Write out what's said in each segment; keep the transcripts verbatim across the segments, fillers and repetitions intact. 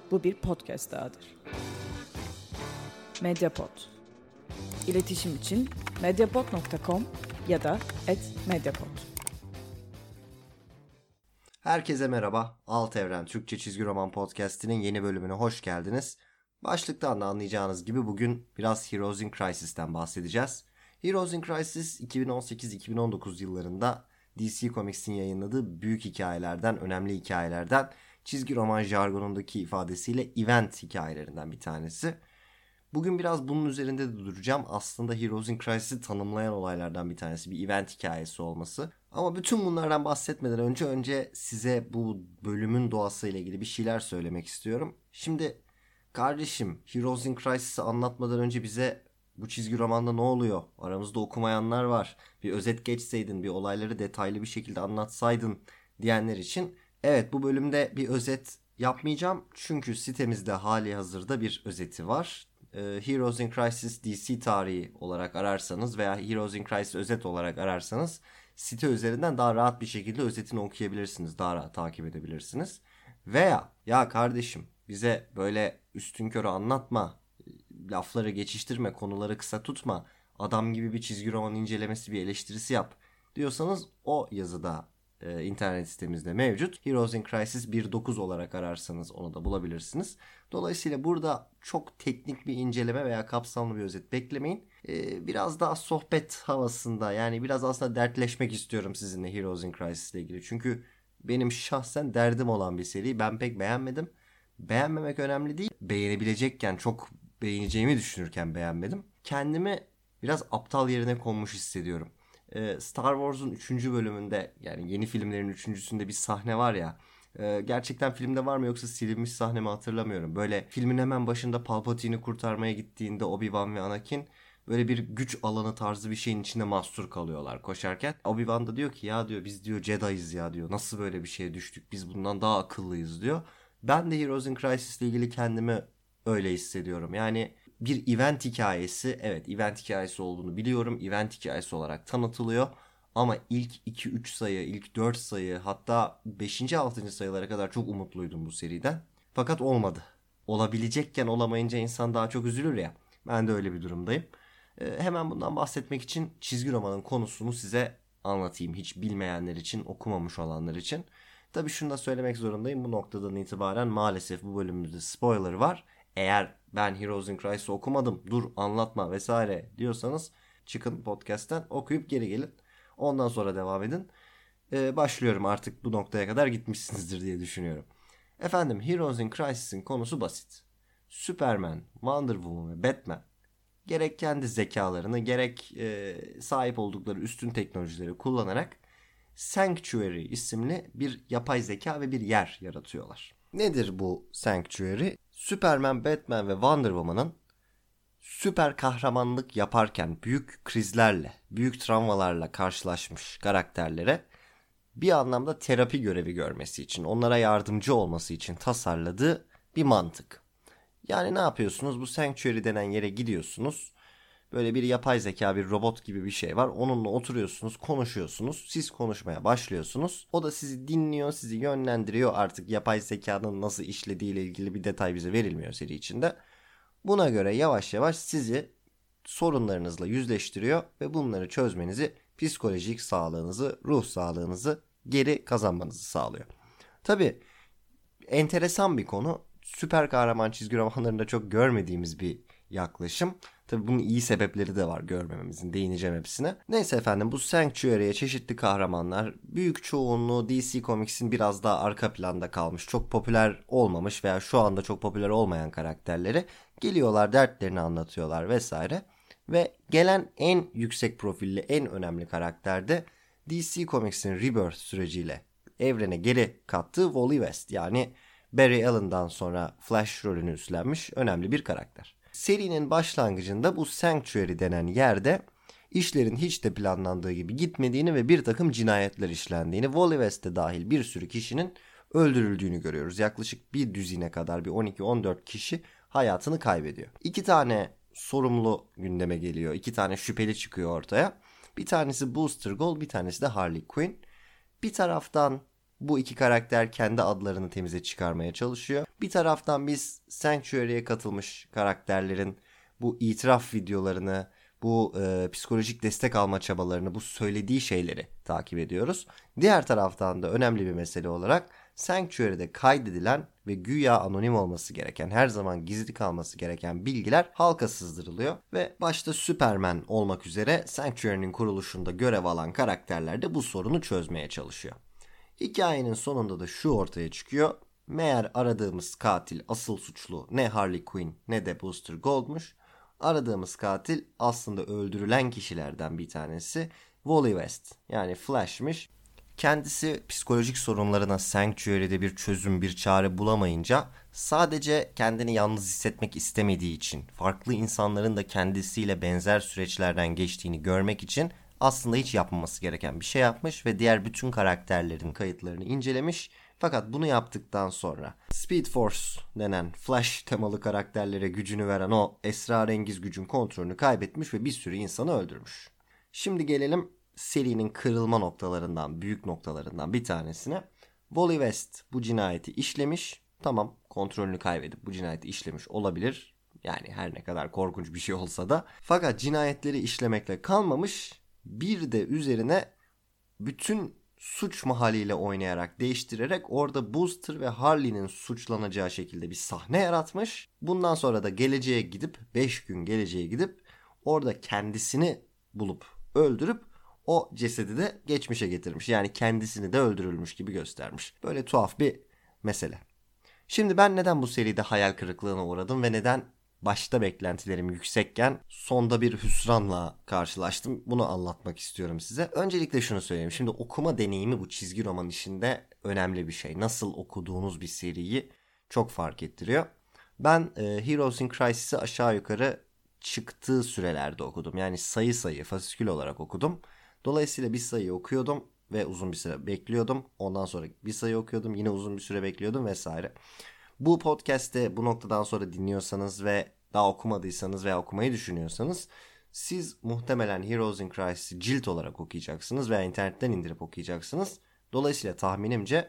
Bu bir podcast dahadır. Mediapod. İletişim için mediapod nokta com ya da et mediapod. Herkese merhaba. Alt Evren Türkçe Çizgi Roman Podcast'inin yeni bölümüne hoş geldiniz. Başlıktan da anlayacağınız gibi bugün biraz Heroes in Crisis'ten bahsedeceğiz. Heroes in Crisis iki bin on sekiz iki bin on dokuz yıllarında D C Comics'in yayınladığı büyük hikayelerden, önemli hikayelerden, çizgi roman jargonundaki ifadesiyle event hikayelerinden bir tanesi. Bugün biraz bunun üzerinde de duracağım. Aslında Heroes in Crisis'i tanımlayan olaylardan bir tanesi, bir event hikayesi olması. Ama bütün bunlardan bahsetmeden önce önce size bu bölümün doğasıyla ilgili bir şeyler söylemek istiyorum. Şimdi kardeşim, Heroes in Crisis'i anlatmadan önce bize bu çizgi romanda ne oluyor? Aramızda okumayanlar var. Bir özet geçseydin, bir olayları detaylı bir şekilde anlatsaydın diyenler için. Evet, bu bölümde bir özet yapmayacağım. Çünkü sitemizde hali hazırda bir özeti var. Heroes in Crisis D C tarihi olarak ararsanız veya Heroes in Crisis özet olarak ararsanız site üzerinden daha rahat bir şekilde özetini okuyabilirsiniz. Daha rahat takip edebilirsiniz. Veya ya kardeşim bize böyle üstünkörü anlatma, lafları geçiştirme, konuları kısa tutma, adam gibi bir çizgi roman incelemesi, bir eleştirisi yap diyorsanız o yazıda e, internet sitemizde mevcut. Heroes in Crisis bir nokta dokuz olarak ararsanız onu da bulabilirsiniz. Dolayısıyla burada çok teknik bir inceleme veya kapsamlı bir özet beklemeyin. Ee, biraz daha sohbet havasında, yani biraz aslında dertleşmek istiyorum sizinle Heroes in Crisis ile ilgili. Çünkü benim şahsen derdim olan bir seri. Ben pek beğenmedim. Beğenmemek önemli değil. Beğenebilecekken, çok beğeneceğimi düşünürken beğenmedim. Kendimi biraz aptal yerine konmuş hissediyorum. Ee, Star Wars'un üçüncü bölümünde, yani yeni filmlerin üçüncüsünde bir sahne var ya. Ee, gerçekten filmde var mı yoksa silinmiş sahne mi hatırlamıyorum. Böyle filmin hemen başında Palpatine'i kurtarmaya gittiğinde Obi-Wan ve Anakin böyle bir güç alanı tarzı bir şeyin içinde mahsur kalıyorlar koşarken. Obi-Wan da diyor ki ya diyor biz diyor Jedi'yiz ya diyor. Nasıl böyle bir şeye düştük, biz bundan daha akıllıyız diyor. Ben de Heroes in Crisis ile ilgili kendimi öyle hissediyorum. Yani bir event hikayesi, evet event hikayesi olduğunu biliyorum. Event hikayesi olarak tanıtılıyor. Ama ilk iki üç sayı, ilk dört sayı, hatta beşinci altıncı sayılara kadar çok umutluydum bu seriden. Fakat olmadı. Olabilecekken olamayınca insan daha çok üzülür ya. Ben de öyle bir durumdayım. Ee, hemen bundan bahsetmek için çizgi romanın konusunu size anlatayım. Hiç bilmeyenler için, okumamış olanlar için. Tabii şunu da söylemek zorundayım. Bu noktadan itibaren maalesef bu bölümümüzde spoiler var. Eğer ben Heroes in Crisis'i okumadım, dur anlatma vesaire diyorsanız çıkın podcast'ten, okuyup geri gelin. Ondan sonra devam edin. Ee, başlıyorum, artık bu noktaya kadar gitmişsinizdir diye düşünüyorum. Efendim, Heroes in Crisis'in konusu basit. Superman, Wonder Woman ve Batman gerek kendi zekalarını gerek e, sahip oldukları üstün teknolojileri kullanarak Sanctuary isimli bir yapay zeka ve bir yer yaratıyorlar. Nedir bu Sanctuary? Superman, Batman ve Wonder Woman'ın süper kahramanlık yaparken büyük krizlerle, büyük travmalarla karşılaşmış karakterlere bir anlamda terapi görevi görmesi için, onlara yardımcı olması için tasarladığı bir mantık. Yani ne yapıyorsunuz? Bu Sanctuary denen yere gidiyorsunuz. Böyle bir yapay zeka, bir robot gibi bir şey var. Onunla oturuyorsunuz, konuşuyorsunuz. Siz konuşmaya başlıyorsunuz. O da sizi dinliyor, sizi yönlendiriyor. Artık yapay zekanın nasıl işlediğiyle ilgili bir detay bize verilmiyor seri içinde. Buna göre yavaş yavaş sizi sorunlarınızla yüzleştiriyor ve bunları çözmenizi, psikolojik sağlığınızı, ruh sağlığınızı geri kazanmanızı sağlıyor. Tabii enteresan bir konu. Süper kahraman çizgi romanlarında çok görmediğimiz bir yaklaşım. Tabii bunun iyi sebepleri de var görmememizin. Değineceğim hepsine. Neyse efendim, bu Sanctuary'e çeşitli kahramanlar, büyük çoğunluğu D C Comics'in biraz daha arka planda kalmış, çok popüler olmamış veya şu anda çok popüler olmayan karakterleri geliyorlar, dertlerini anlatıyorlar vesaire. Ve gelen en yüksek profilli, en önemli karakter de D C Comics'in Rebirth süreciyle evrene geri kattığı Wally West, yani Barry Allen'dan sonra Flash rolünü üstlenmiş önemli bir karakter. Serinin başlangıcında bu Sanctuary denen yerde işlerin hiç de planlandığı gibi gitmediğini ve bir takım cinayetler işlendiğini, Wally West'e dahil bir sürü kişinin öldürüldüğünü görüyoruz. Yaklaşık bir düzine kadar, bir on iki on dört kişi hayatını kaybediyor. İki tane sorumlu gündeme geliyor. İki tane şüpheli çıkıyor ortaya. Bir tanesi Booster Gold, bir tanesi de Harley Quinn. Bir taraftan Bu iki karakter kendi adlarını temize çıkarmaya çalışıyor. Bir taraftan biz Sanctuary'e katılmış karakterlerin bu itiraf videolarını, bu e, psikolojik destek alma çabalarını, bu söylediği şeyleri takip ediyoruz. Diğer taraftan da önemli bir mesele olarak Sanctuary'de kaydedilen ve güya anonim olması gereken, her zaman gizli kalması gereken bilgiler halka sızdırılıyor. Ve başta Superman olmak üzere Sanctuary'nin kuruluşunda görev alan karakterler de bu sorunu çözmeye çalışıyor. Hikayenin sonunda da şu ortaya çıkıyor. Meğer aradığımız katil, asıl suçlu ne Harley Quinn ne de Booster Gold'muş. Aradığımız katil aslında öldürülen kişilerden bir tanesi Wally West, yani Flash'mış. Kendisi psikolojik sorunlarına Sanctuary'de bir çözüm, bir çare bulamayınca sadece kendini yalnız hissetmek istemediği için, farklı insanların da kendisiyle benzer süreçlerden geçtiğini görmek için aslında hiç yapmaması gereken bir şey yapmış ve diğer bütün karakterlerin kayıtlarını incelemiş. Fakat bunu yaptıktan sonra Speed Force denen Flash temalı karakterlere gücünü veren o esrarengiz gücün kontrolünü kaybetmiş ve bir sürü insanı öldürmüş. Şimdi gelelim serinin kırılma noktalarından, büyük noktalarından bir tanesine. Wally West bu cinayeti işlemiş. Tamam, kontrolünü kaybedip bu cinayeti işlemiş olabilir. Yani her ne kadar korkunç bir şey olsa da. Fakat cinayetleri işlemekle kalmamış, bir de üzerine bütün suç mahalliyle oynayarak, değiştirerek orada Booster ve Harley'nin suçlanacağı şekilde bir sahne yaratmış. Bundan sonra da geleceğe gidip, beş gün geleceğe gidip orada kendisini bulup öldürüp o cesedi de geçmişe getirmiş. Yani kendisini de öldürülmüş gibi göstermiş. Böyle tuhaf bir mesele. Şimdi ben neden bu seride hayal kırıklığına uğradım ve neden başta beklentilerim yüksekken sonda bir hüsranla karşılaştım? Bunu anlatmak istiyorum size. Öncelikle şunu söyleyeyim. Şimdi okuma deneyimi bu çizgi roman işinde önemli bir şey. Nasıl okuduğunuz bir seriyi çok fark ettiriyor. Ben e, Heroes in Crisis'i aşağı yukarı çıktığı sürelerde okudum. Yani sayı sayı, fasikül olarak okudum. Dolayısıyla bir sayı okuyordum ve uzun bir süre bekliyordum. Ondan sonra bir sayı okuyordum, yine uzun bir süre bekliyordum vesaire. Bu podcast'te bu noktadan sonra dinliyorsanız ve daha okumadıysanız veya okumayı düşünüyorsanız siz muhtemelen Heroes in Crisis'i cilt olarak okuyacaksınız veya internetten indirip okuyacaksınız. Dolayısıyla tahminimce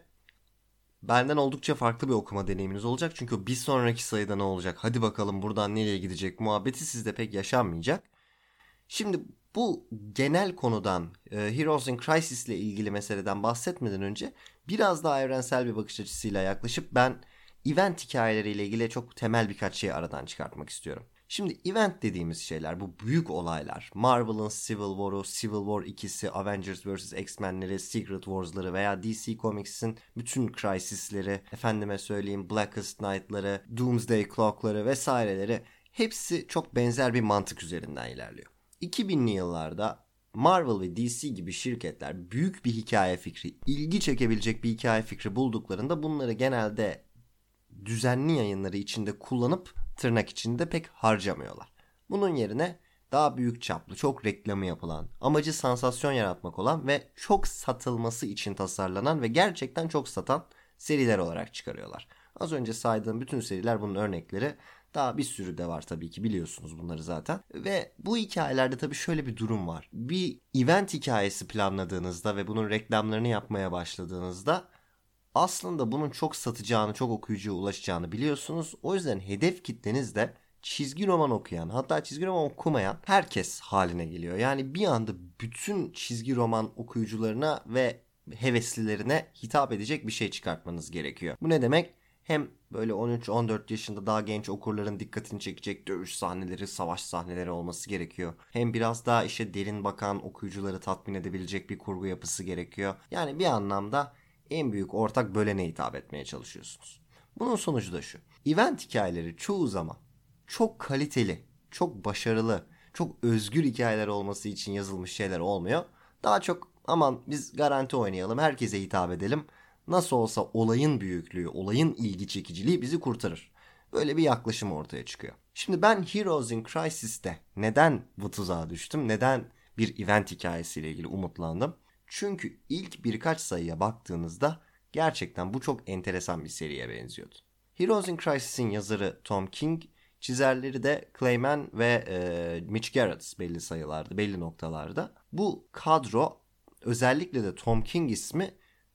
benden oldukça farklı bir okuma deneyiminiz olacak. Çünkü bir sonraki sayıda ne olacak, hadi bakalım buradan nereye gidecek muhabbeti sizde pek yaşanmayacak. Şimdi bu genel konudan, Heroes in Crisis ile ilgili meseleden bahsetmeden önce biraz daha evrensel bir bakış açısıyla yaklaşıp ben event hikayeleriyle ilgili çok temel birkaç şeyi aradan çıkartmak istiyorum. Şimdi event dediğimiz şeyler, bu büyük olaylar, Marvel'ın Civil War'u, Civil War ikisi, Avengers versus. X-Men'leri, Secret Wars'ları veya D C Comics'in bütün Crisis'leri, efendime söyleyeyim Blackest Night'ları, Doomsday Clock'ları vesaireleri hepsi çok benzer bir mantık üzerinden ilerliyor. iki binli yıllarda Marvel ve D C gibi şirketler büyük bir hikaye fikri, ilgi çekebilecek bir hikaye fikri bulduklarında bunları genelde düzenli yayınları içinde kullanıp tırnak içinde pek harcamıyorlar. Bunun yerine daha büyük çaplı, çok reklamı yapılan, amacı sansasyon yaratmak olan ve çok satılması için tasarlanan ve gerçekten çok satan seriler olarak çıkarıyorlar. Az önce saydığım bütün seriler bunun örnekleri. Daha bir sürü de var tabii ki, biliyorsunuz bunları zaten. Ve bu hikayelerde tabii şöyle bir durum var. Bir event hikayesi planladığınızda ve bunun reklamlarını yapmaya başladığınızda aslında bunun çok satacağını, çok okuyucuya ulaşacağını biliyorsunuz. O yüzden hedef kitleniz de çizgi roman okuyan, hatta çizgi roman okumayan herkes haline geliyor. Yani bir anda bütün çizgi roman okuyucularına ve heveslilerine hitap edecek bir şey çıkartmanız gerekiyor. Bu ne demek? Hem böyle on üç on dört yaşında daha genç okurların dikkatini çekecek dövüş sahneleri, savaş sahneleri olması gerekiyor. Hem biraz daha işe derin bakan okuyucuları tatmin edebilecek bir kurgu yapısı gerekiyor. Yani bir anlamda en büyük ortak bölene hitap etmeye çalışıyorsunuz. Bunun sonucu da şu. Event hikayeleri çoğu zaman çok kaliteli, çok başarılı, çok özgür hikayeler olması için yazılmış şeyler olmuyor. Daha çok aman biz garanti oynayalım, herkese hitap edelim. Nasıl olsa olayın büyüklüğü, olayın ilgi çekiciliği bizi kurtarır. Böyle bir yaklaşım ortaya çıkıyor. Şimdi ben Heroes in Crisis'te neden bu tuzağa düştüm? Neden bir event hikayesiyle ilgili umutlandım? Çünkü ilk birkaç sayıya baktığınızda gerçekten bu çok enteresan bir seriye benziyordu. Heroes in Crisis'in yazarı Tom King, çizerleri de Clayman ve e, Mitch Gerads belli sayılarda, belli noktalarda. Bu kadro, özellikle de Tom King ismi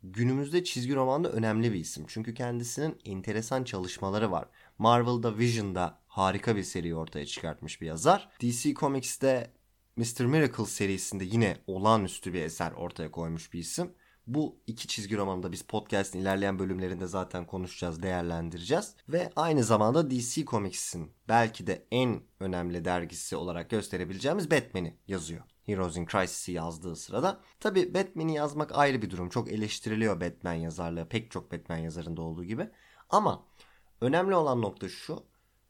günümüzde çizgi romanda önemli bir isim. Çünkü kendisinin enteresan çalışmaları var. Marvel'da, Vision'da harika bir seri ortaya çıkartmış bir yazar. D C Comics'te mister Miracle serisinde yine olağanüstü bir eser ortaya koymuş bir isim. Bu iki çizgi romanı da biz podcast'in ilerleyen bölümlerinde zaten konuşacağız, değerlendireceğiz. Ve aynı zamanda D C Comics'in belki de en önemli dergisi olarak gösterebileceğimiz Batman'i yazıyor. Heroes in Crisis'i yazdığı sırada. Tabii Batman'i yazmak ayrı bir durum. Çok eleştiriliyor Batman yazarlığı. Pek çok Batman yazarında olduğu gibi. Ama önemli olan nokta şu.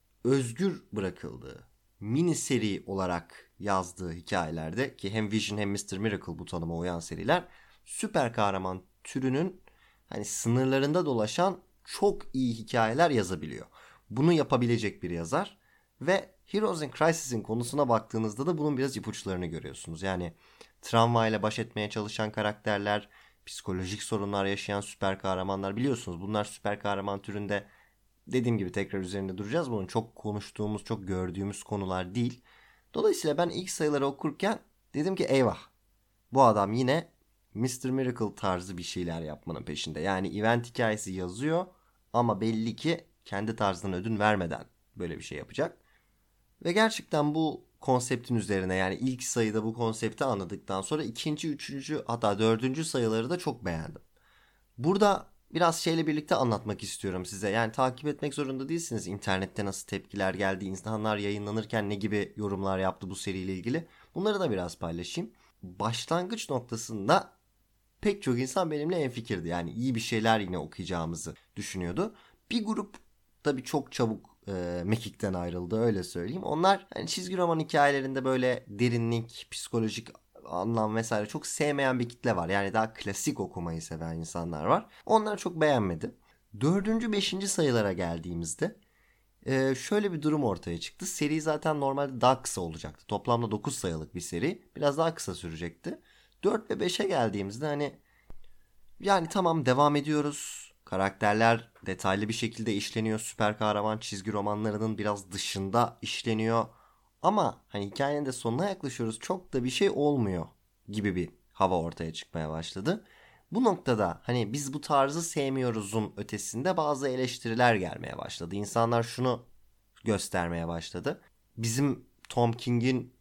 Özgür bırakıldığı, mini seri olarak yazdığı hikayelerde ki hem Vision hem mister Miracle bu tanıma uyan seriler süper kahraman türünün hani sınırlarında dolaşan çok iyi hikayeler yazabiliyor. Bunu yapabilecek bir yazar ve Heroes in Crisis'in konusuna baktığınızda da bunun biraz ipuçlarını görüyorsunuz. Yani travmayla baş etmeye çalışan karakterler, psikolojik sorunlar yaşayan süper kahramanlar, biliyorsunuz bunlar süper kahraman türünde, dediğim gibi tekrar üzerinde duracağız. Bunun çok konuştuğumuz, çok gördüğümüz konular değil. Dolayısıyla ben ilk sayıları okurken dedim ki eyvah, bu adam yine mister Miracle tarzı bir şeyler yapmanın peşinde. Yani event hikayesi yazıyor ama belli ki kendi tarzından ödün vermeden böyle bir şey yapacak. Ve gerçekten bu konseptin üzerine, yani ilk sayıda bu konsepti anladıktan sonra ikinci, üçüncü hatta dördüncü sayıları da çok beğendim. Burada biraz şeyle birlikte anlatmak istiyorum size. Yani takip etmek zorunda değilsiniz. İnternette nasıl tepkiler geldi, insanlar yayınlanırken ne gibi yorumlar yaptı bu seriyle ilgili. Bunları da biraz paylaşayım. Başlangıç noktasında pek çok insan benimle hemfikirdi. Yani iyi bir şeyler yine okuyacağımızı düşünüyordu. Bir grup tabii çok çabuk e, mekikten ayrıldı, öyle söyleyeyim. Onlar hani çizgi roman hikayelerinde böyle derinlik, psikolojik anlam vesaire çok sevmeyen bir kitle var. Yani daha klasik okumayı seven insanlar var. Onlar çok beğenmedi. Dördüncü, beşinci sayılara geldiğimizde e, şöyle bir durum ortaya çıktı. Seri zaten normalde daha kısa olacaktı. Toplamda dokuz sayılık bir seri. Biraz daha kısa sürecekti. dört ve beşe geldiğimizde hani yani tamam, devam ediyoruz. Karakterler detaylı bir şekilde işleniyor. Süper kahraman çizgi romanlarının biraz dışında işleniyor. Ama hani hikayenin de sonuna yaklaşıyoruz. Çok da bir şey olmuyor gibi bir hava ortaya çıkmaya başladı. Bu noktada hani biz bu tarzı sevmiyoruzun ötesinde bazı eleştiriler gelmeye başladı. İnsanlar şunu göstermeye başladı. Bizim Tom King'in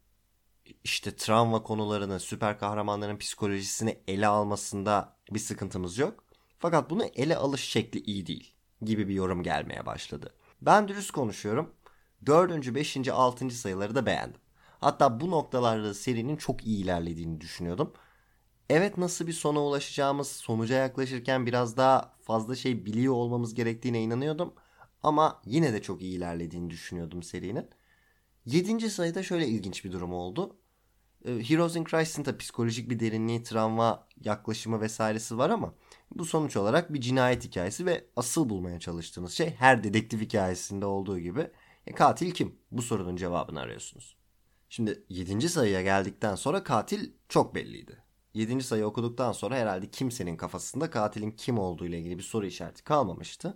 işte travma konularını, süper kahramanların psikolojisini ele almasında bir sıkıntımız yok. Fakat bunu ele alış şekli iyi değil gibi bir yorum gelmeye başladı. Ben dürüst konuşuyorum. Dördüncü, beşinci, altıncı sayıları da beğendim. Hatta bu noktalarda serinin çok iyi ilerlediğini düşünüyordum. Evet, nasıl bir sona ulaşacağımız, sonuca yaklaşırken biraz daha fazla şey biliyor olmamız gerektiğine inanıyordum. Ama yine de çok iyi ilerlediğini düşünüyordum serinin. Yedinci sayıda şöyle ilginç bir durum oldu. Heroes in Crisis'in de psikolojik bir derinliği, travma yaklaşımı vesairesi var ama bu sonuç olarak bir cinayet hikayesi ve asıl bulmaya çalıştığınız şey her dedektif hikayesinde olduğu gibi e, katil kim? Bu sorunun cevabını arıyorsunuz. Şimdi yedinci sayıya geldikten sonra katil çok belliydi. yedinci sayı okuduktan sonra herhalde kimsenin kafasında katilin kim olduğu ile ilgili bir soru işareti kalmamıştı.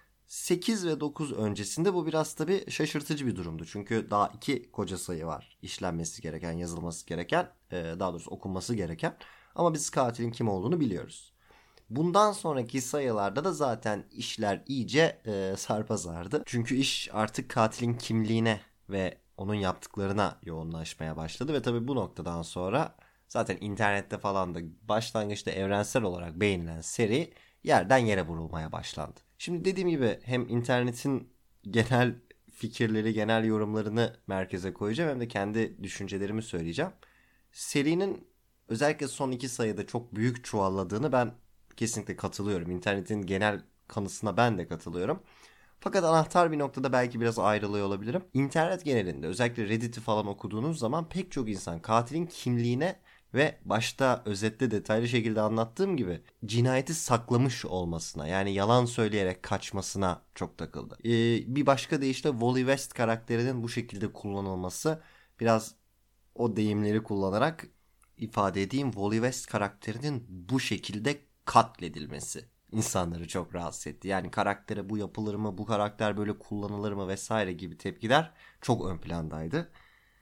sekiz ve dokuz öncesinde bu biraz tabii şaşırtıcı bir durumdu. Çünkü daha iki koca sayı var işlenmesi gereken, yazılması gereken, daha doğrusu okunması gereken. Ama biz katilin kim olduğunu biliyoruz. Bundan sonraki sayılarda da zaten işler iyice e, sarpa sardı. Çünkü iş artık katilin kimliğine ve onun yaptıklarına yoğunlaşmaya başladı. Ve tabii bu noktadan sonra zaten internette falan da başlangıçta evrensel olarak beğenilen seri yerden yere vurulmaya başlandı. Şimdi dediğim gibi hem internetin genel fikirleri, genel yorumlarını merkeze koyacağım hem de kendi düşüncelerimi söyleyeceğim. Serinin özellikle son iki sayıda çok büyük çuvalladığını ben kesinlikle katılıyorum. İnternetin genel kanısına ben de katılıyorum. Fakat anahtar bir noktada belki biraz ayrılıyor olabilirim. İnternet genelinde özellikle Reddit'i falan okuduğunuz zaman pek çok insan katilin kimliğine ve başta özette detaylı şekilde anlattığım gibi cinayeti saklamış olmasına, yani yalan söyleyerek kaçmasına çok takıldı. Ee, bir başka deyişle Wally West karakterinin bu şekilde kullanılması, biraz o deyimleri kullanarak ifade edeyim, Wally West karakterinin bu şekilde katledilmesi insanları çok rahatsız etti. Yani karaktere bu yapılır mı, bu karakter böyle kullanılır mı vesaire gibi tepkiler çok ön plandaydı.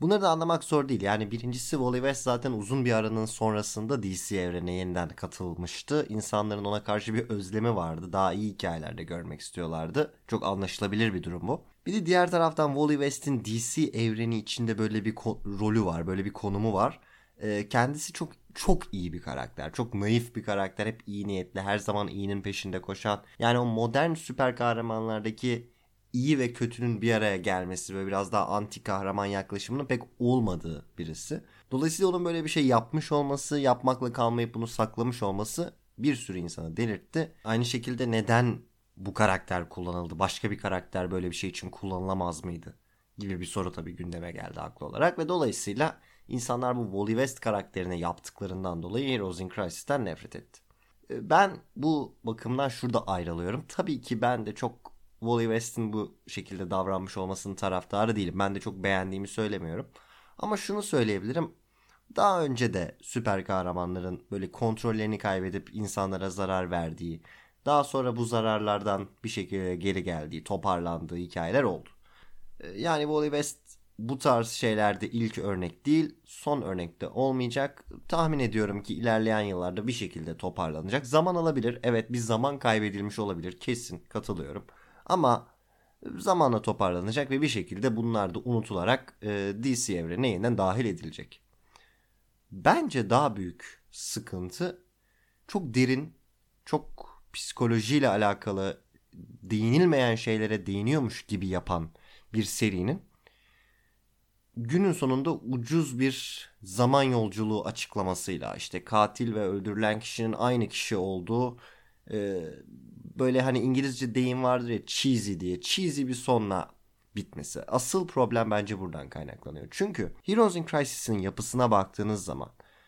Bunları da anlamak zor değil. Yani birincisi Wally West zaten uzun bir aranın sonrasında D C evrenine yeniden katılmıştı. İnsanların ona karşı bir özlemi vardı. Daha iyi hikayelerde görmek istiyorlardı. Çok anlaşılabilir bir durum bu. Bir de diğer taraftan Wally West'in D C evreni içinde böyle bir ko- rolü var. Böyle bir konumu var. Ee, kendisi çok çok iyi bir karakter. Çok naif bir karakter. Hep iyi niyetli. Her zaman iyinin peşinde koşan. Yani o modern süper kahramanlardaki iyi ve kötünün bir araya gelmesi ve biraz daha anti kahraman yaklaşımının pek olmadığı birisi. Dolayısıyla onun böyle bir şey yapmış olması, yapmakla kalmayıp bunu saklamış olması bir sürü insanı delirtti. Aynı şekilde neden bu karakter kullanıldı? Başka bir karakter böyle bir şey için kullanılamaz mıydı? Gibi bir soru tabii gündeme geldi haklı olarak ve dolayısıyla insanlar bu Wally West karakterine yaptıklarından dolayı Heroes in Crisis'ten nefret etti. Ben bu bakımdan şurada ayrılıyorum. Tabii ki ben de çok Wally West'in bu şekilde davranmış olmasının taraftarı değilim. Ben de çok beğendiğimi söylemiyorum. Ama şunu söyleyebilirim. Daha önce de süper kahramanların böyle kontrollerini kaybedip insanlara zarar verdiği, daha sonra bu zararlardan bir şekilde geri geldiği, toparlandığı hikayeler oldu. Yani Wally West bu tarz şeylerde ilk örnek değil, son örnekte olmayacak. Tahmin ediyorum ki ilerleyen yıllarda bir şekilde toparlanacak. Zaman alabilir. Evet, bir zaman kaybedilmiş olabilir. Kesin katılıyorum. Ama zamanla toparlanacak ve bir şekilde bunlar da unutularak e, D C evrenine yeniden dahil edilecek. Bence daha büyük sıkıntı çok derin, çok psikolojiyle alakalı değinilmeyen şeylere değiniyormuş gibi yapan bir serinin günün sonunda ucuz bir zaman yolculuğu açıklamasıyla işte katil ve öldürülen kişinin aynı kişi olduğu e, böyle hani İngilizce deyim vardır ya cheesy diye cheesy bir sonla bitmesi. Asıl problem bence buradan kaynaklanıyor. Çünkü Heroes in Crisis'in yapısına baktığınız zaman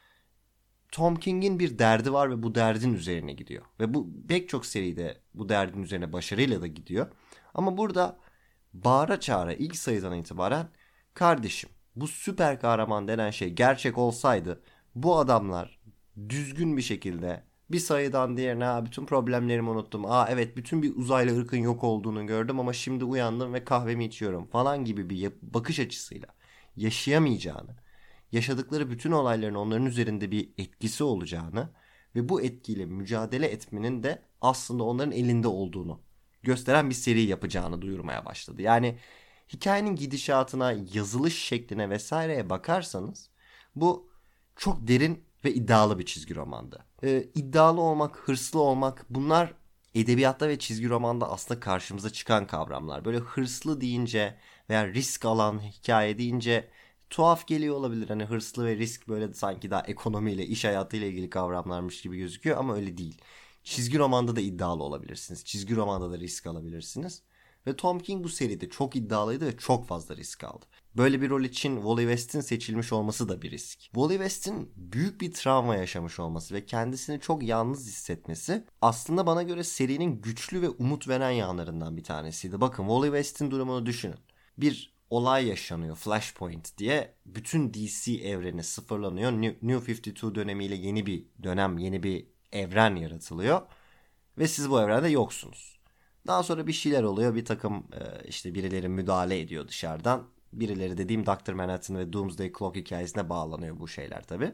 Tom King'in bir derdi var ve bu derdin üzerine gidiyor. Ve bu pek çok seride bu derdin üzerine başarıyla da gidiyor. Ama burada bağıra çağıra ilk sayıdan itibaren kardeşim bu süper kahraman denen şey gerçek olsaydı bu adamlar düzgün bir şekilde bir sayıdan diğerine ha, bütün problemlerimi unuttum. Aa evet bütün bir uzaylı ırkın yok olduğunu gördüm ama şimdi uyandım ve kahvemi içiyorum falan gibi bir bakış açısıyla yaşayamayacağını, yaşadıkları bütün olayların onların üzerinde bir etkisi olacağını ve bu etkiyle mücadele etmenin de aslında onların elinde olduğunu gösteren bir seri yapacağını duyurmaya başladı. Yani hikayenin gidişatına, yazılış şekline vesaireye bakarsanız bu çok derin ve iddialı bir çizgi romandı. Ee, iddialı olmak, hırslı olmak bunlar edebiyatta ve çizgi romanda aslında karşımıza çıkan kavramlar. Böyle hırslı deyince veya risk alan hikaye deyince tuhaf geliyor olabilir. Hani hırslı ve risk böyle sanki daha ekonomiyle, iş hayatıyla ilgili kavramlarmış gibi gözüküyor ama öyle değil. Çizgi romanda da iddialı olabilirsiniz. Çizgi romanda da risk alabilirsiniz. Ve Tom King bu seride çok iddialıydı ve çok fazla risk aldı. Böyle bir rol için Wally West'in seçilmiş olması da bir risk. Wally West'in büyük bir travma yaşamış olması ve kendisini çok yalnız hissetmesi aslında bana göre serinin güçlü ve umut veren yanlarından bir tanesiydi. Bakın Wally West'in durumunu düşünün. Bir olay yaşanıyor, Flashpoint diye, bütün D C evreni sıfırlanıyor. New, New fifty two dönemiyle yeni bir dönem, yeni bir evren yaratılıyor ve siz bu evrende yoksunuz. Daha sonra bir şeyler oluyor, bir takım işte birileri müdahale ediyor dışarıdan. Birileri dediğim doktor Manhattan ve Doomsday Clock hikayesine bağlanıyor bu şeyler tabii.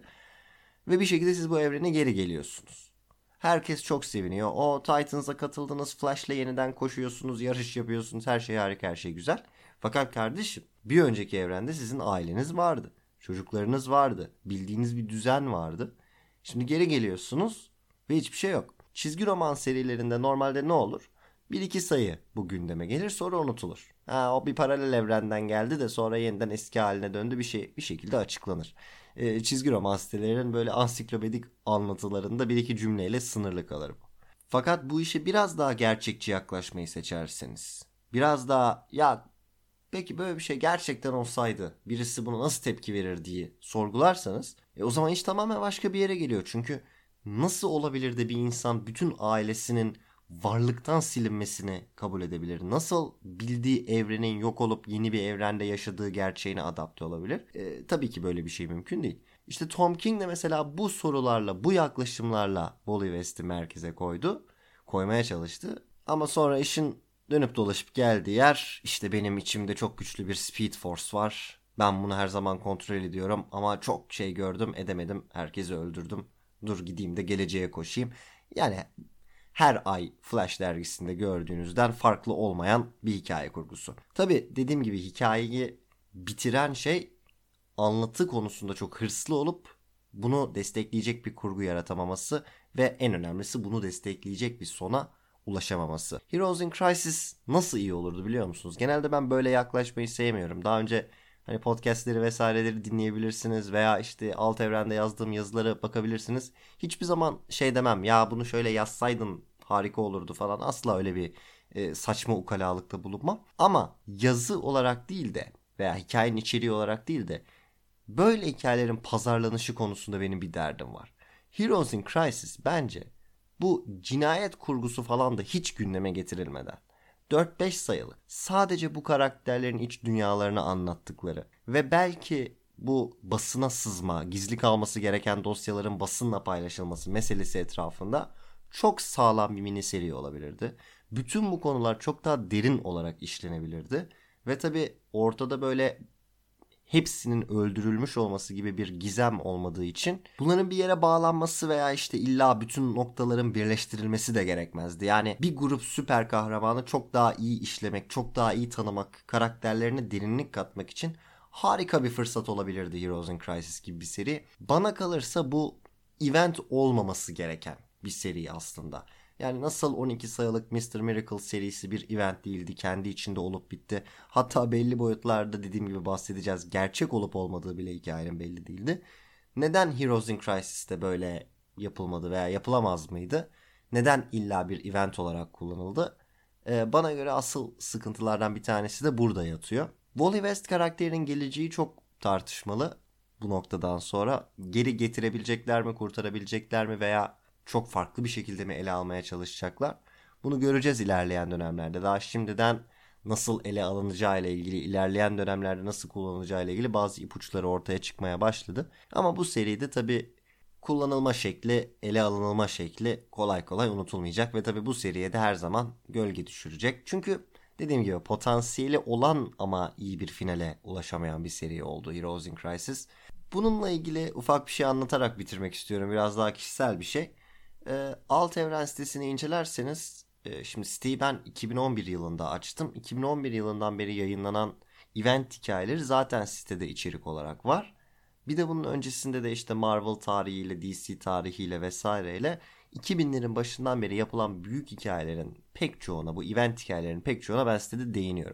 Ve bir şekilde siz bu evrene geri geliyorsunuz. Herkes çok seviniyor. O Titans'a katıldınız, Flash'la yeniden koşuyorsunuz, yarış yapıyorsunuz, her şey harika, her şey güzel. Fakat kardeşim bir önceki evrende sizin aileniz vardı. Çocuklarınız vardı. Bildiğiniz bir düzen vardı. Şimdi geri geliyorsunuz ve hiçbir şey yok. Çizgi roman serilerinde normalde ne olur? Bir iki sayı bu gündeme gelir, sonra unutulur. Ha, o bir paralel evrenden geldi de sonra yeniden eski haline döndü, bir şey bir şekilde açıklanır. Ee, çizgi roman sitelerinin böyle ansiklopedik anlatılarında bir iki cümleyle sınırlı kalır bu. Fakat bu işe biraz daha gerçekçi yaklaşmayı seçerseniz, biraz daha ya peki böyle bir şey gerçekten olsaydı birisi buna nasıl tepki verir diye sorgularsanız e, o zaman iş tamamen başka bir yere geliyor. Çünkü nasıl olabilir de bir insan bütün ailesinin varlıktan silinmesini kabul edebilir? Nasıl bildiği evrenin yok olup yeni bir evrende yaşadığı gerçeğine adapte olabilir? E, tabii ki böyle bir şey mümkün değil. İşte Tom King de mesela bu sorularla, bu yaklaşımlarla Wally West'i merkeze koydu. Koymaya çalıştı. Ama sonra işin dönüp dolaşıp geldiği yer işte benim içimde çok güçlü bir Speed Force var. Ben bunu her zaman kontrol ediyorum ama çok şey gördüm, edemedim, herkesi öldürdüm. Dur gideyim de geleceğe koşayım. Yani her ay Flash dergisinde gördüğünüzden farklı olmayan bir hikaye kurgusu. Tabii dediğim gibi hikayeyi bitiren şey anlatı konusunda çok hırslı olup bunu destekleyecek bir kurgu yaratamaması ve en önemlisi bunu destekleyecek bir sona ulaşamaması. Heroes in Crisis nasıl iyi olurdu biliyor musunuz? Genelde ben böyle yaklaşmayı sevmiyorum. Daha önce hani podcastleri vesaireleri dinleyebilirsiniz veya işte Alt Evren'de yazdığım yazılara bakabilirsiniz. Hiçbir zaman şey demem ya bunu şöyle yazsaydın harika olurdu falan. Asla öyle bir e, saçma ukalalıkta bulunmam. Ama yazı olarak değil de veya hikayenin içeriği olarak değil de böyle hikayelerin pazarlanışı konusunda benim bir derdim var. Heroes in Crisis bence bu cinayet kurgusu falan da hiç gündeme getirilmeden dört beş sayılı sadece bu karakterlerin iç dünyalarını anlattıkları ve belki bu basına sızma, gizli kalması gereken dosyaların basınla paylaşılması meselesi etrafında çok sağlam bir mini seri olabilirdi. Bütün bu konular çok daha derin olarak işlenebilirdi. Ve tabii ortada böyle hepsinin öldürülmüş olması gibi bir gizem olmadığı için bunların bir yere bağlanması veya işte illa bütün noktaların birleştirilmesi de gerekmezdi. Yani bir grup süper kahramanı çok daha iyi işlemek, çok daha iyi tanımak, karakterlerine derinlik katmak için harika bir fırsat olabilirdi Heroes in Crisis gibi bir seri. Bana kalırsa bu event olmaması gereken bir seri aslında. Yani nasıl on iki sayılık mister Miracle serisi bir event değildi. Kendi içinde olup bitti. Hatta belli boyutlarda dediğim gibi bahsedeceğiz. Gerçek olup olmadığı bile hikayenin belli değildi. Neden Heroes in Crisis'te böyle yapılmadı veya yapılamaz mıydı? Neden illa bir event olarak kullanıldı? Ee, bana göre asıl sıkıntılardan bir tanesi de burada yatıyor. Wally West karakterinin geleceği çok tartışmalı bu noktadan sonra. Geri getirebilecekler mi, kurtarabilecekler mi veya çok farklı bir şekilde mi ele almaya çalışacaklar? Bunu göreceğiz ilerleyen dönemlerde. Daha şimdiden nasıl ele alınacağı ile ilgili, ilerleyen dönemlerde nasıl kullanılacağı ile ilgili bazı ipuçları ortaya çıkmaya başladı. Ama bu seride tabii kullanılma şekli, ele alınılma şekli kolay kolay unutulmayacak ve tabii bu seriye de her zaman gölge düşürecek. Çünkü dediğim gibi potansiyeli olan ama iyi bir finale ulaşamayan bir seri oldu Heroes in Crisis. Bununla ilgili ufak bir şey anlatarak bitirmek istiyorum. Biraz daha kişisel bir şey. E, Alt Evren sitesini incelerseniz e, şimdi siteyi ben iki bin on bir yılında açtım. iki bin on bir yılından beri yayınlanan event hikayeleri zaten sitede içerik olarak var. Bir de bunun öncesinde de işte Marvel tarihiyle, D C tarihiyle vesaireyle iki binlerin başından beri yapılan büyük hikayelerin pek çoğuna, bu event hikayelerin pek çoğuna ben sitede değiniyorum.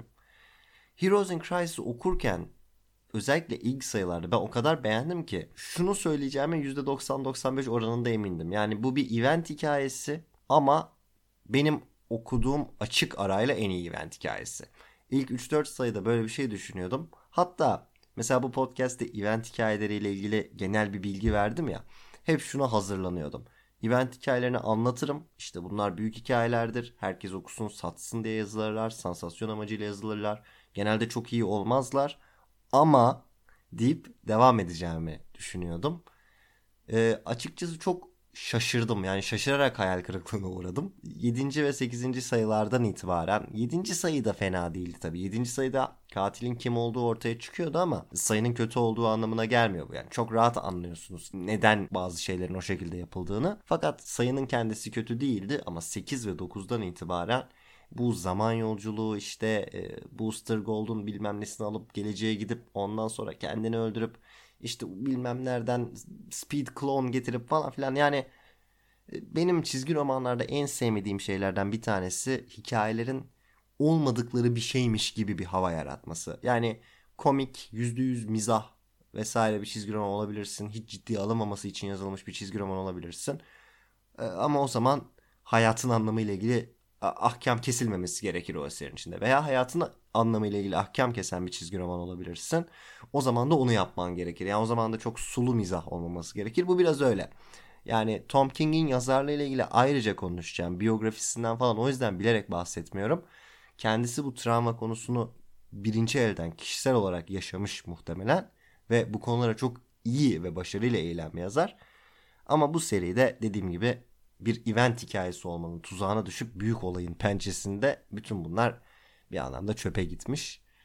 Heroes in Crisis'i okurken özellikle ilk sayılarda ben o kadar beğendim ki şunu söyleyeceğime yüzde doksan doksan beş oranında emindim. Yani bu bir event hikayesi ama benim okuduğum açık arayla en iyi event hikayesi. İlk üç dört sayıda böyle bir şey düşünüyordum. Hatta mesela bu podcast'te event hikayeleriyle ilgili genel bir bilgi verdim ya. Hep şuna hazırlanıyordum. Event hikayelerini anlatırım. İşte bunlar büyük hikayelerdir. Herkes okusun, satsın diye yazılırlar. Sansasyon amacıyla yazılırlar. Genelde çok iyi olmazlar. Ama deyip devam edeceğimi düşünüyordum. E, açıkçası çok şaşırdım. Yani şaşırarak hayal kırıklığına uğradım. yedinci ve sekizinci sayılardan itibaren. yedinci sayı da fena değildi tabii. yedinci sayıda katilin kim olduğu ortaya çıkıyordu ama sayının kötü olduğu anlamına gelmiyor bu. Yani çok rahat anlıyorsunuz neden bazı şeylerin o şekilde yapıldığını. Fakat sayının kendisi kötü değildi ama sekiz ve dokuzdan itibaren bu zaman yolculuğu işte e, Booster Gold'un bilmem nesini alıp geleceğe gidip ondan sonra kendini öldürüp işte bilmem nereden Speed Clone getirip falan filan yani e, benim çizgi romanlarda en sevmediğim şeylerden bir tanesi hikayelerin olmadıkları bir şeymiş gibi bir hava yaratması. Yani komik, yüzde yüz mizah vesaire bir çizgi roman olabilirsin. Hiç ciddiye alınmaması için yazılmış bir çizgi roman olabilirsin. E, ama o zaman hayatın anlamıyla ilgili ahkam kesilmemesi gerekir o eserin içinde. Veya hayatın anlamıyla ilgili ahkam kesen bir çizgi roman olabilirsin. O zaman da onu yapman gerekir. Yani o zaman da çok sulu mizah olmaması gerekir. Bu biraz öyle. Yani Tom King'in yazarlığıyla ilgili ayrıca konuşacağım. Biyografisinden falan o yüzden bilerek bahsetmiyorum. Kendisi bu travma konusunu birinci elden kişisel olarak yaşamış muhtemelen. Ve bu konulara çok iyi ve başarıyla eğilen bir yazar. Ama bu seride dediğim gibi bir event hikayesi olmanın tuzağına düşüp büyük olayın pençesinde bütün bunlar bir anlamda çöpe gitmiş.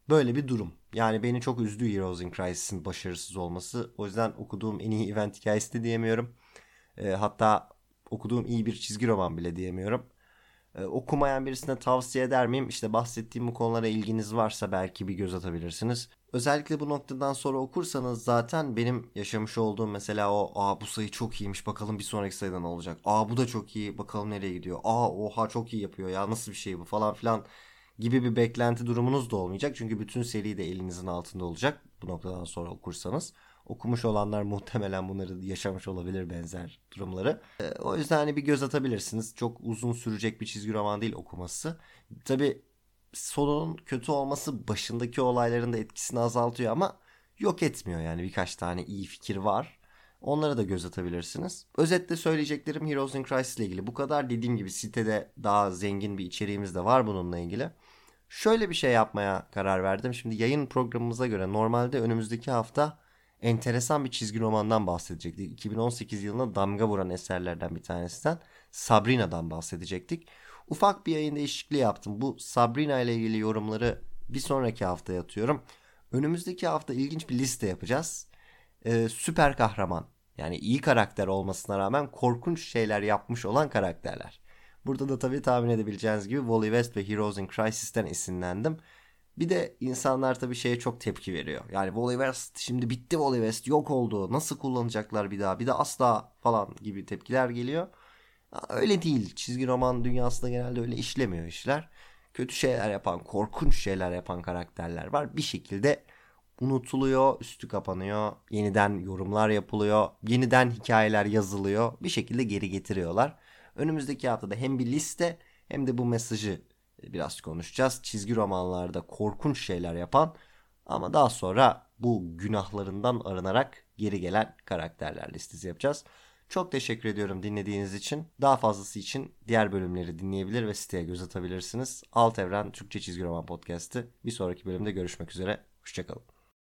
Böyle bir durum. Yani beni çok üzdü Heroes in Crisis'in başarısız olması. O yüzden okuduğum en iyi event hikayesi de diyemiyorum. E, hatta okuduğum iyi bir çizgi roman bile diyemiyorum. E, okumayan birisine tavsiye eder miyim? İşte bahsettiğim bu konulara ilginiz varsa belki bir göz atabilirsiniz. Özellikle bu noktadan sonra okursanız zaten benim yaşamış olduğum mesela o aa bu sayı çok iyiymiş bakalım bir sonraki sayıda ne olacak. Aa bu da çok iyi bakalım nereye gidiyor. Aa oha çok iyi yapıyor ya nasıl bir şey bu falan filan gibi bir beklenti durumunuz da olmayacak. Çünkü bütün seri de elinizin altında olacak bu noktadan sonra okursanız. Okumuş olanlar muhtemelen bunları yaşamış olabilir benzer durumları. Ee, o yüzden hani bir göz atabilirsiniz. Çok uzun sürecek bir çizgi roman değil okuması. Tabii sonunun kötü olması başındaki olayların da etkisini azaltıyor ama yok etmiyor yani birkaç tane iyi fikir var. Onlara da göz atabilirsiniz. Özetle söyleyeceklerim Heroes in Crisis ile ilgili bu kadar. Dediğim gibi sitede daha zengin bir içeriğimiz de var bununla ilgili. Şöyle bir şey yapmaya karar verdim. Şimdi yayın programımıza göre normalde önümüzdeki hafta enteresan bir çizgi romandan bahsedecektik. iki bin on sekiz yılına damga vuran eserlerden bir tanesinden Sabrina'dan bahsedecektik. Ufak bir yayın değişikliği yaptım. Bu Sabrina ile ilgili yorumları bir sonraki haftaya atıyorum. Önümüzdeki hafta ilginç bir liste yapacağız. Ee, süper kahraman yani iyi karakter olmasına rağmen korkunç şeyler yapmış olan karakterler. Burada da tabii tahmin edebileceğiniz gibi Wally West ve Heroes in Crisis'ten esinlendim. Bir de insanlar tabii şeye çok tepki veriyor. Yani Wally West şimdi bitti Wally West yok oldu. Nasıl kullanacaklar bir daha? Bir de asla falan gibi tepkiler geliyor. Öyle değil. Çizgi roman dünyasında genelde öyle işlemiyor işler. Kötü şeyler yapan, korkunç şeyler yapan karakterler var. Bir şekilde unutuluyor, üstü kapanıyor, yeniden yorumlar yapılıyor, yeniden hikayeler yazılıyor. Bir şekilde geri getiriyorlar. Önümüzdeki haftada hem bir liste hem de bu mesajı biraz konuşacağız. Çizgi romanlarda korkunç şeyler yapan ama daha sonra bu günahlarından arınarak geri gelen karakterler listesi yapacağız. Çok teşekkür ediyorum dinlediğiniz için. Daha fazlası için diğer bölümleri dinleyebilir ve siteye göz atabilirsiniz. Alt Evren Türkçe Çizgi Roman Podcast'ı. Bir sonraki bölümde görüşmek üzere. Hoşçakalın.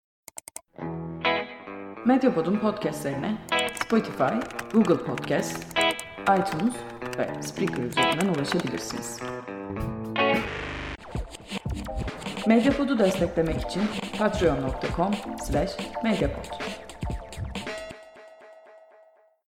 Medyapod'un podcastlerine Spotify, Google Podcast, iTunes ve Spreaker üzerinden ulaşabilirsiniz. Medyapod'u desteklemek için patreon nokta com slash medyapod.